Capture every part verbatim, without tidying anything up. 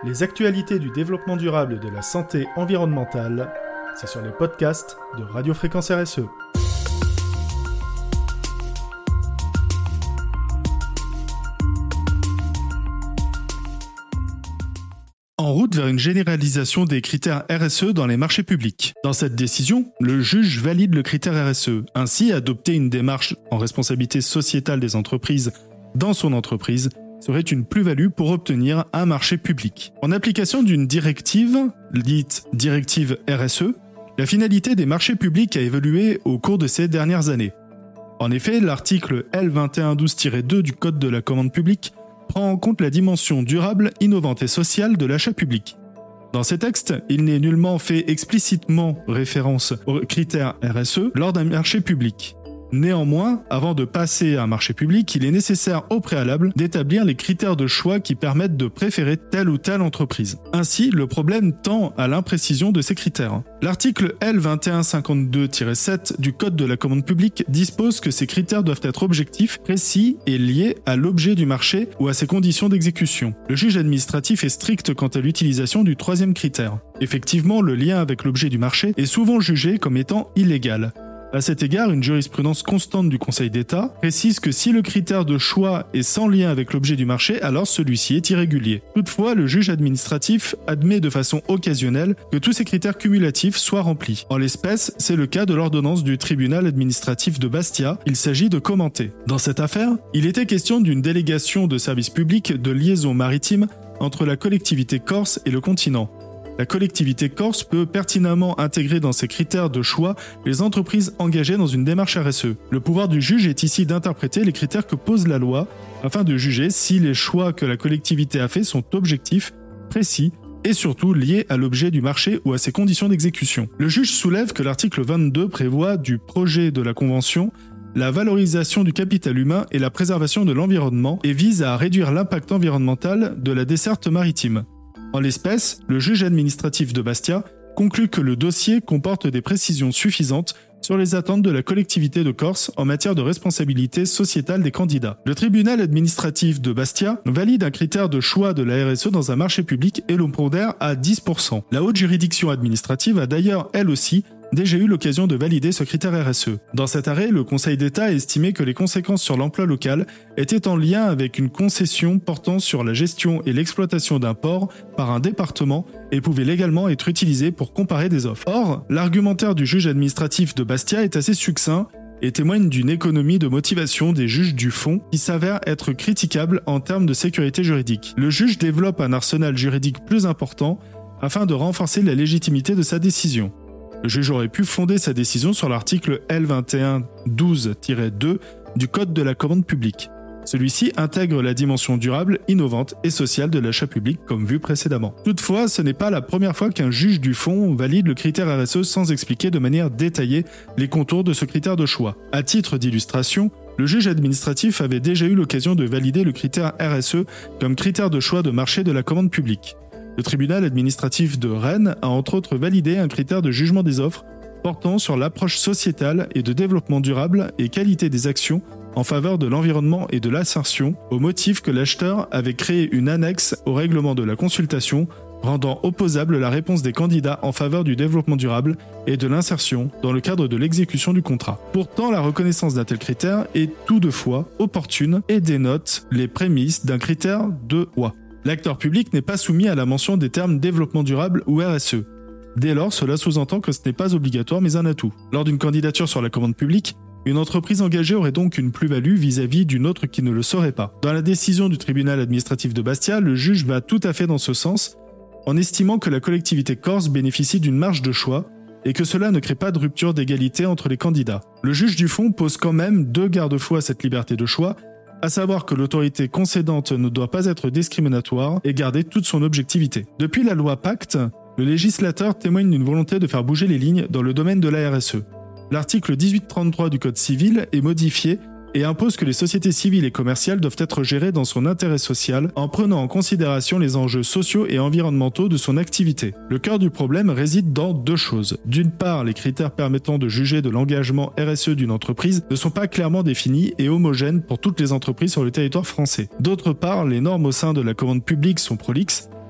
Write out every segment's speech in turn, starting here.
Les actualités du développement durable et de la santé environnementale, c'est sur les podcasts de Radio Fréquence R S E. En route vers une généralisation des critères R S E dans les marchés publics. Dans cette décision, le juge valide le critère R S E. Ainsi, adopter une démarche en responsabilité sociétale des entreprises dans son entreprise serait une plus-value pour obtenir un marché public. En application d'une directive, dite directive R S E, la finalité des marchés publics a évolué au cours de ces dernières années. En effet, l'article L vingt et un douze tiret deux du Code de la commande publique prend en compte la dimension durable, innovante et sociale de l'achat public. Dans ces textes, il n'est nullement fait explicitement référence aux critères R S E lors d'un marché public. Néanmoins, avant de passer à un marché public, il est nécessaire au préalable d'établir les critères de choix qui permettent de préférer telle ou telle entreprise. Ainsi, le problème tend à l'imprécision de ces critères. L'article L vingt et un cinquante-deux tiret sept du Code de la commande publique dispose que ces critères doivent être objectifs, précis et liés à l'objet du marché ou à ses conditions d'exécution. Le juge administratif est strict quant à l'utilisation du troisième critère. Effectivement, le lien avec l'objet du marché est souvent jugé comme étant illégal. À cet égard, une jurisprudence constante du Conseil d'État précise que si le critère de choix est sans lien avec l'objet du marché, alors celui-ci est irrégulier. Toutefois, le juge administratif admet de façon occasionnelle que tous ces critères cumulatifs soient remplis. En l'espèce, c'est le cas de l'ordonnance du tribunal administratif de Bastia, il s'agit de commenter. Dans cette affaire, il était question d'une délégation de service public de liaison maritime entre la collectivité corse et le continent. La collectivité corse peut pertinemment intégrer dans ses critères de choix les entreprises engagées dans une démarche R S E. Le pouvoir du juge est ici d'interpréter les critères que pose la loi afin de juger si les choix que la collectivité a faits sont objectifs, précis et surtout liés à l'objet du marché ou à ses conditions d'exécution. Le juge soulève que l'article vingt-deux prévoit du projet de la Convention la valorisation du capital humain et la préservation de l'environnement et vise à réduire l'impact environnemental de la desserte maritime. En l'espèce, le juge administratif de Bastia conclut que le dossier comporte des précisions suffisantes sur les attentes de la collectivité de Corse en matière de responsabilité sociétale des candidats. Le tribunal administratif de Bastia valide un critère de choix de la R S E dans un marché public et le pondère à dix pour cent. La haute juridiction administrative a d'ailleurs, elle aussi, déjà eu l'occasion de valider ce critère R S E. Dans cet arrêt, le Conseil d'État a estimé que les conséquences sur l'emploi local étaient en lien avec une concession portant sur la gestion et l'exploitation d'un port par un département et pouvaient légalement être utilisées pour comparer des offres. Or, l'argumentaire du juge administratif de Bastia est assez succinct et témoigne d'une économie de motivation des juges du fond qui s'avère être critiquable en termes de sécurité juridique. Le juge développe un arsenal juridique plus important afin de renforcer la légitimité de sa décision. Le juge aurait pu fonder sa décision sur l'article L vingt et un douze tiret deux du Code de la commande publique. Celui-ci intègre la dimension durable, innovante et sociale de l'achat public comme vu précédemment. Toutefois, ce n'est pas la première fois qu'un juge du fond valide le critère R S E sans expliquer de manière détaillée les contours de ce critère de choix. À titre d'illustration, le juge administratif avait déjà eu l'occasion de valider le critère R S E comme critère de choix de marché de la commande publique. Le tribunal administratif de Rennes a entre autres validé un critère de jugement des offres portant sur l'approche sociétale et de développement durable et qualité des actions en faveur de l'environnement et de l'insertion, au motif que l'acheteur avait créé une annexe au règlement de la consultation rendant opposable la réponse des candidats en faveur du développement durable et de l'insertion dans le cadre de l'exécution du contrat. Pourtant, la reconnaissance d'un tel critère est toutefois opportune et dénote les prémices d'un critère de choix. L'acteur public n'est pas soumis à la mention des termes développement durable ou R S E. Dès lors, cela sous-entend que ce n'est pas obligatoire mais un atout. Lors d'une candidature sur la commande publique, une entreprise engagée aurait donc une plus-value vis-à-vis d'une autre qui ne le serait pas. Dans la décision du tribunal administratif de Bastia, le juge va tout à fait dans ce sens, en estimant que la collectivité corse bénéficie d'une marge de choix et que cela ne crée pas de rupture d'égalité entre les candidats. Le juge du fond pose quand même deux garde-fous à cette liberté de choix, à savoir que l'autorité concédante ne doit pas être discriminatoire et garder toute son objectivité. Depuis la loi Pacte, le législateur témoigne d'une volonté de faire bouger les lignes dans le domaine de la R S E. L'article dix-huit trente-trois du Code civil est modifié et impose que les sociétés civiles et commerciales doivent être gérées dans son intérêt social en prenant en considération les enjeux sociaux et environnementaux de son activité. Le cœur du problème réside dans deux choses. D'une part, les critères permettant de juger de l'engagement R S E d'une entreprise ne sont pas clairement définis et homogènes pour toutes les entreprises sur le territoire français. D'autre part, les normes au sein de la commande publique sont prolixes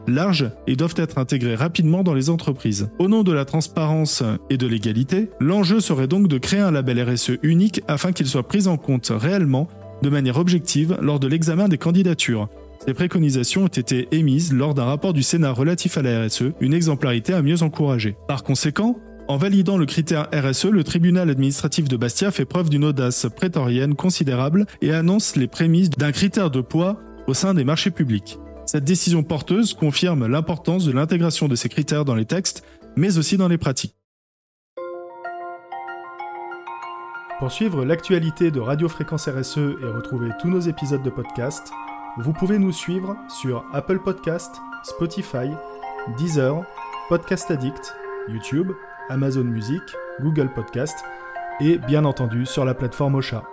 larges et doivent être intégrés rapidement dans les entreprises. Au nom de la transparence et de l'égalité, l'enjeu serait donc de créer un label R S E unique afin qu'il soit pris en compte réellement, de manière objective, lors de l'examen des candidatures. Ces préconisations ont été émises lors d'un rapport du Sénat relatif à la R S E, une exemplarité à mieux encourager. Par conséquent, en validant le critère R S E, le tribunal administratif de Bastia fait preuve d'une audace prétorienne considérable et annonce les prémices d'un critère de poids au sein des marchés publics. Cette décision porteuse confirme l'importance de l'intégration de ces critères dans les textes, mais aussi dans les pratiques. Pour suivre l'actualité de Radio Fréquence R S E et retrouver tous nos épisodes de podcast, vous pouvez nous suivre sur Apple Podcast, Spotify, Deezer, Podcast Addict, YouTube, Amazon Music, Google Podcast et bien entendu sur la plateforme Ocha.